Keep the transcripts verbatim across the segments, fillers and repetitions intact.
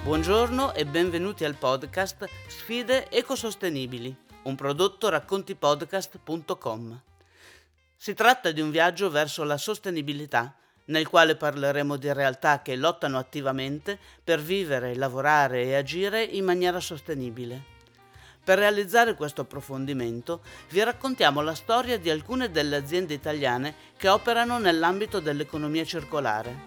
Buongiorno e benvenuti al podcast Sfide ecosostenibili, un prodotto raccontipodcast punto com. Si tratta di un viaggio verso la sostenibilità, nel quale parleremo di realtà che lottano attivamente per vivere, lavorare e agire in maniera sostenibile. Per realizzare questo approfondimento vi raccontiamo la storia di alcune delle aziende italiane che operano nell'ambito dell'economia circolare.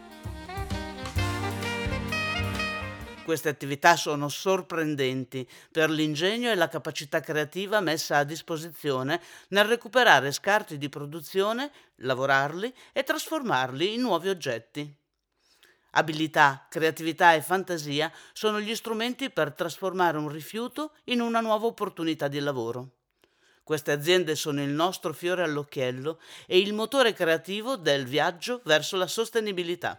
Queste attività sono sorprendenti per l'ingegno e la capacità creativa messa a disposizione nel recuperare scarti di produzione, lavorarli e trasformarli in nuovi oggetti. Abilità, creatività e fantasia sono gli strumenti per trasformare un rifiuto in una nuova opportunità di lavoro. Queste aziende sono il nostro fiore all'occhiello e il motore creativo del viaggio verso la sostenibilità.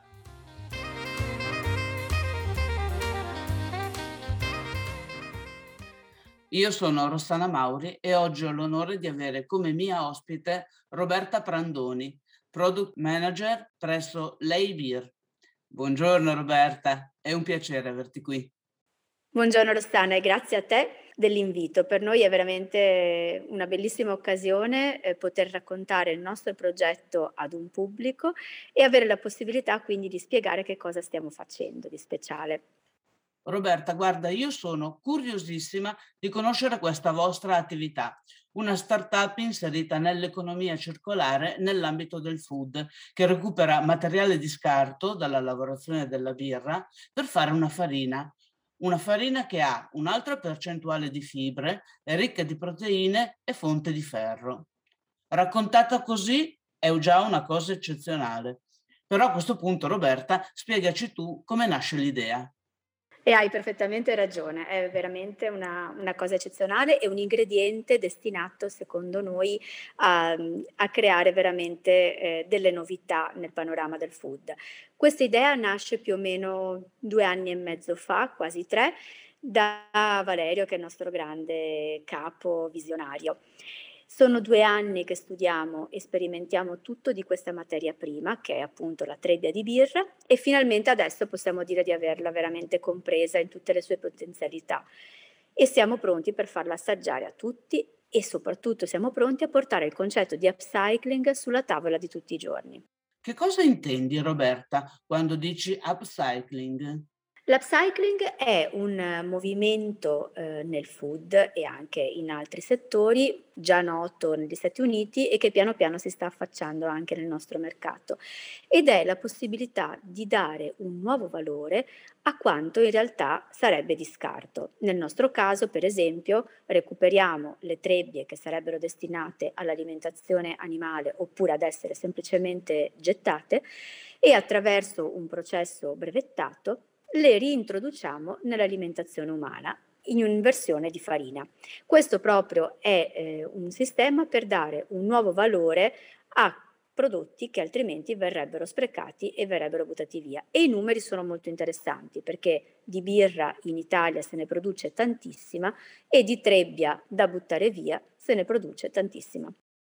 Io sono Rossana Mauri e oggi ho l'onore di avere come mia ospite Roberta Prandoni, Product Manager presso Lei Beer. Buongiorno Roberta, è un piacere averti qui. Buongiorno Rossana e grazie a te dell'invito. Per noi è veramente una bellissima occasione eh, poter raccontare il nostro progetto ad un pubblico e avere la possibilità quindi di spiegare che cosa stiamo facendo di speciale. Roberta, guarda, io sono curiosissima di conoscere questa vostra attività, una startup inserita nell'economia circolare nell'ambito del food, che recupera materiale di scarto dalla lavorazione della birra per fare una farina. Una farina che ha un'alta percentuale di fibre, è ricca di proteine e fonte di ferro. Raccontata così è già una cosa eccezionale. Però a questo punto, Roberta, spiegaci tu come nasce l'idea. E hai perfettamente ragione, è veramente una, una cosa eccezionale e un ingrediente destinato, secondo noi, a, a creare veramente eh, delle novità nel panorama del food. Questa idea nasce più o meno due anni e mezzo fa, quasi tre, da Valerio, che è il nostro grande capo visionario. Sono due anni che studiamo e sperimentiamo tutto di questa materia prima, che è appunto la trebbia di birra, e finalmente adesso possiamo dire di averla veramente compresa in tutte le sue potenzialità e siamo pronti per farla assaggiare a tutti e soprattutto siamo pronti a portare il concetto di upcycling sulla tavola di tutti i giorni. Che cosa intendi, Roberta, quando dici upcycling? L'upcycling è un eh, movimento, ehm, nel food e anche in altri settori, già noto negli Stati Uniti e che piano piano si sta affacciando anche nel nostro mercato, ed è la possibilità di dare un nuovo valore a quanto in realtà sarebbe di scarto. Nel nostro caso, per esempio, recuperiamo le trebbie che sarebbero destinate all'alimentazione animale oppure ad essere semplicemente gettate e attraverso un processo brevettato le reintroduciamo nell'alimentazione umana in versione di farina. Questo proprio è eh, un sistema per dare un nuovo valore a prodotti che altrimenti verrebbero sprecati e verrebbero buttati via. E i numeri sono molto interessanti perché di birra in Italia se ne produce tantissima e di trebbia da buttare via se ne produce tantissima.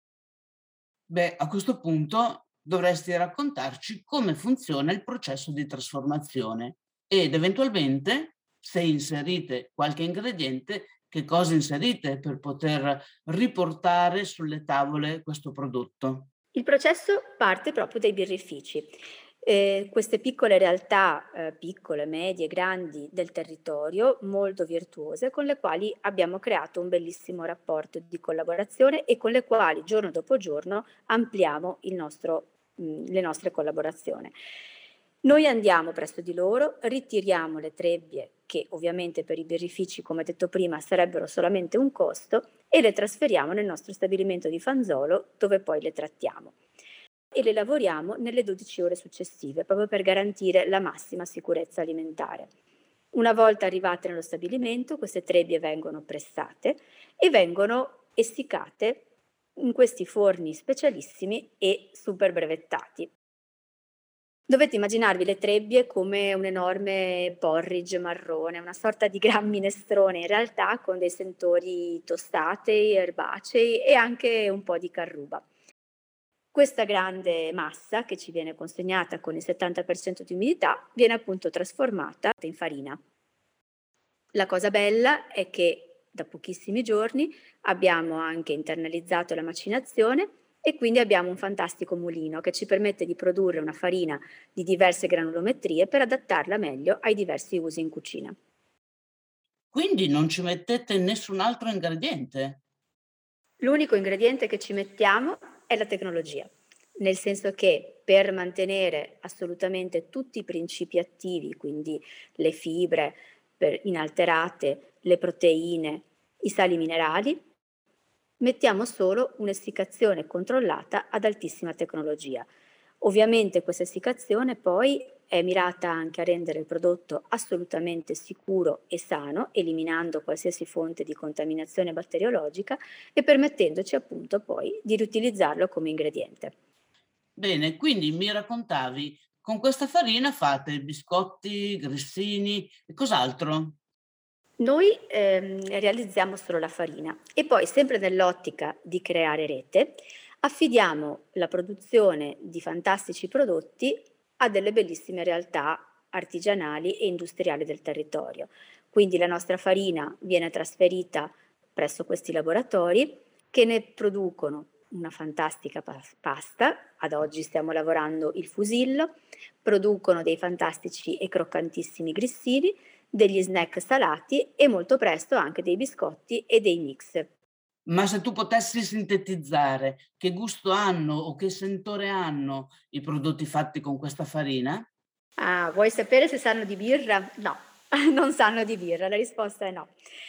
Beh, a questo punto dovresti raccontarci come funziona il processo di trasformazione ed eventualmente, se inserite qualche ingrediente, che cosa inserite per poter riportare sulle tavole questo prodotto. Il processo parte proprio dai birrifici. Ehm, queste piccole realtà, ehm, piccole, medie, grandi del territorio, molto virtuose, con le quali abbiamo creato un bellissimo rapporto di collaborazione e con le quali giorno dopo giorno ampliamo il nostro mhmm, le nostre collaborazione. Noi andiamo presso di loro, ritiriamo le trebbie che ovviamente per i birrifici, come detto prima, sarebbero solamente un costo e le trasferiamo nel nostro stabilimento di Fanzolo dove poi le trattiamo e le lavoriamo nelle dodici ore successive proprio per garantire la massima sicurezza alimentare. Una volta arrivate nello stabilimento, queste trebbie vengono pressate e vengono essiccate in questi forni specialissimi e super brevettati. Dovete immaginarvi le trebbie come un enorme porridge marrone, una sorta di gran minestrone in realtà con dei sentori tostati, erbacei e anche un po' di carruba. Questa grande massa che ci viene consegnata con il settanta per cento di umidità viene appunto trasformata in farina. La cosa bella è che da pochissimi giorni abbiamo anche internalizzato la macinazione e quindi abbiamo un fantastico mulino che ci permette di produrre una farina di diverse granulometrie per adattarla meglio ai diversi usi in cucina. Quindi non ci mettete nessun altro ingrediente? L'unico ingrediente che ci mettiamo è la tecnologia, nel senso che per mantenere assolutamente tutti i principi attivi, quindi le fibre per- inalterate, le proteine, i sali minerali, mettiamo solo un'essiccazione controllata ad altissima tecnologia. Ovviamente questa essiccazione poi è mirata anche a rendere il prodotto assolutamente sicuro e sano, eliminando qualsiasi fonte di contaminazione batteriologica e permettendoci appunto poi di riutilizzarlo come ingrediente. Bene, quindi mi raccontavi, con questa farina fate biscotti, grissini e cos'altro? Noi ehm, realizziamo solo la farina e poi, sempre nell'ottica di creare rete, affidiamo la produzione di fantastici prodotti a delle bellissime realtà artigianali e industriali del territorio. Quindi la nostra farina viene trasferita presso questi laboratori che ne producono una fantastica pas- pasta, ad oggi stiamo lavorando il fusillo, producono dei fantastici e croccantissimi grissini, degli snack salati e molto presto anche dei biscotti e dei mix. Ma se tu potessi sintetizzare che gusto hanno o che sentore hanno i prodotti fatti con questa farina? Ah, vuoi sapere se sanno di birra? No, non sanno di birra, la risposta è no.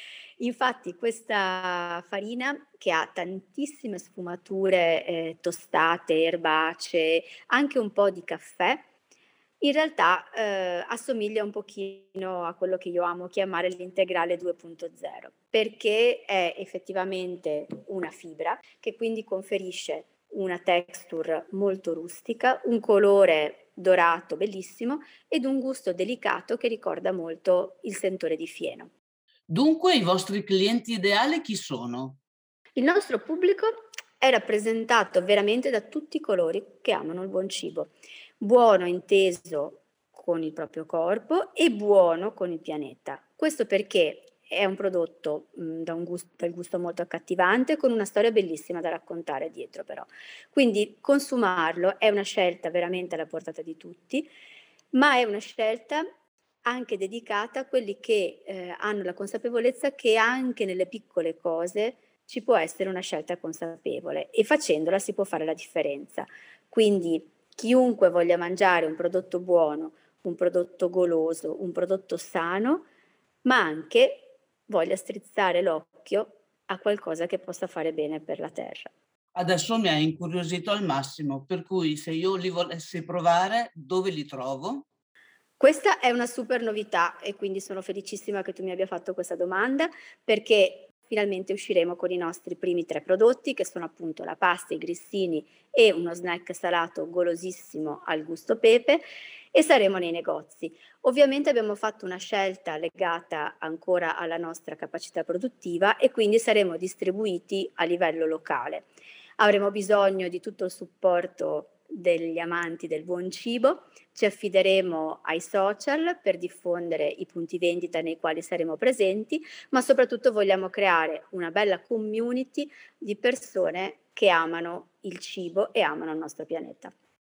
Infatti questa farina, che ha tantissime sfumature, ehm, tostate, erbacee, anche un po' di caffè, in realtà, ehm, assomiglia un pochino a quello che io amo chiamare l'integrale due punto zero, perché è effettivamente una fibra che quindi conferisce una texture molto rustica, un colore dorato bellissimo ed un gusto delicato che ricorda molto il sentore di fieno. Dunque i vostri clienti ideali chi sono? Il nostro pubblico è rappresentato veramente da tutti coloro che amano il buon cibo, buono inteso con il proprio corpo e buono con il pianeta. Questo perché è un prodotto mh, da un gusto, dal gusto molto accattivante, con una storia bellissima da raccontare dietro però. Quindi consumarlo è una scelta veramente alla portata di tutti, ma è una scelta anche dedicata a quelli che eh, hanno la consapevolezza che anche nelle piccole cose ci può essere una scelta consapevole e facendola si può fare la differenza. Quindi chiunque voglia mangiare un prodotto buono, un prodotto goloso, un prodotto sano, ma anche voglia strizzare l'occhio a qualcosa che possa fare bene per la terra. Adesso mi hai incuriosito al massimo, per cui se io li volessi provare, dove li trovo? Questa è una super novità e quindi sono felicissima che tu mi abbia fatto questa domanda perché finalmente usciremo con i nostri primi tre prodotti che sono appunto la pasta, i grissini e uno snack salato golosissimo al gusto pepe e saremo nei negozi. Ovviamente abbiamo fatto una scelta legata ancora alla nostra capacità produttiva e quindi saremo distribuiti a livello locale. Avremo bisogno di tutto il supporto degli amanti del buon cibo, ci affideremo ai social per diffondere i punti vendita nei quali saremo presenti, ma soprattutto vogliamo creare una bella community di persone che amano il cibo e amano il nostro pianeta.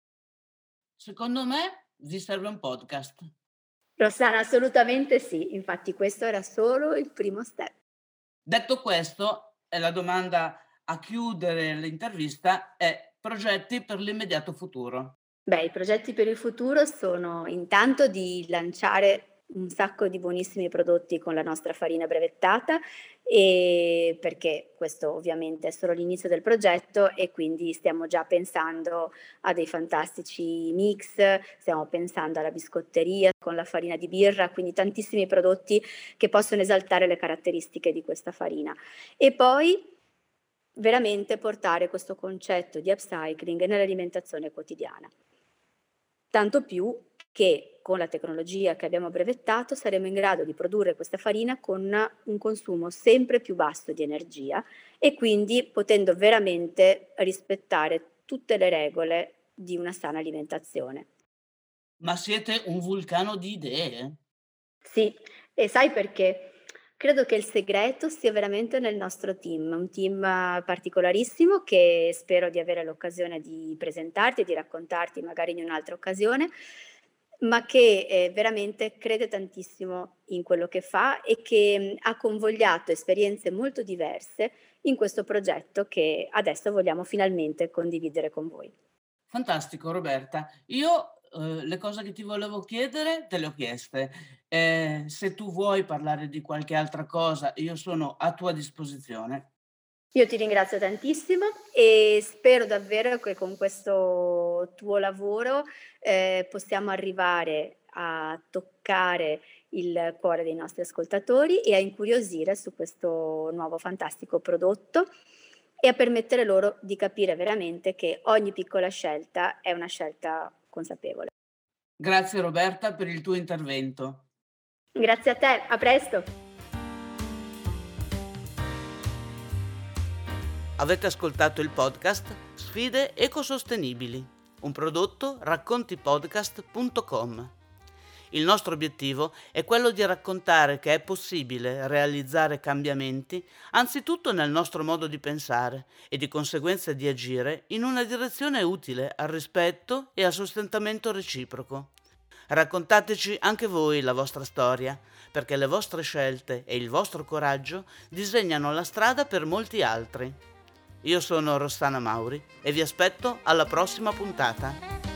Secondo me vi serve un podcast. Rossana, assolutamente sì, infatti questo era solo il primo step. Detto questo, e la domanda a chiudere l'intervista è: progetti per l'immediato futuro? Beh, i progetti per il futuro sono intanto di lanciare un sacco di buonissimi prodotti con la nostra farina brevettata, ehm, perché questo ovviamente è solo l'inizio del progetto e quindi stiamo già pensando a dei fantastici mix, stiamo pensando alla biscotteria con la farina di birra, quindi tantissimi prodotti che possono esaltare le caratteristiche di questa farina. E poi veramente portare questo concetto di upcycling nell'alimentazione quotidiana. Tanto più che con la tecnologia che abbiamo brevettato saremo in grado di produrre questa farina con un consumo sempre più basso di energia e quindi potendo veramente rispettare tutte le regole di una sana alimentazione. Ma siete un vulcano di idee? Sì, e sai perché? Credo che il segreto sia veramente nel nostro team, un team eh, particolarissimo che spero di avere l'occasione di presentarti e di raccontarti magari in un'altra occasione, ma che, ehm, veramente crede tantissimo in quello che fa e che, mhmm, ha convogliato esperienze molto diverse in questo progetto che adesso vogliamo finalmente condividere con voi. Fantastico Roberta. Io, uhm, le cose che ti volevo chiedere te le ho chieste. Ehm, se tu vuoi parlare di qualche altra cosa, io sono a tua disposizione. Io ti ringrazio tantissimo e spero davvero che con questo tuo lavoro, ehm, possiamo arrivare a toccare il cuore dei nostri ascoltatori e a incuriosire su questo nuovo fantastico prodotto e a permettere loro di capire veramente che ogni piccola scelta è una scelta consapevole. Grazie Roberta per il tuo intervento. Grazie a te, a presto. Avete ascoltato il podcast Sfide ecosostenibili, un prodotto raccontipodcast punto com. Il nostro obiettivo è quello di raccontare che è possibile realizzare cambiamenti anzitutto nel nostro modo di pensare e di conseguenza di agire in una direzione utile al rispetto e al sostentamento reciproco. Raccontateci anche voi la vostra storia, perché le vostre scelte e il vostro coraggio disegnano la strada per molti altri. Io sono Rossana Mauri e vi aspetto alla prossima puntata.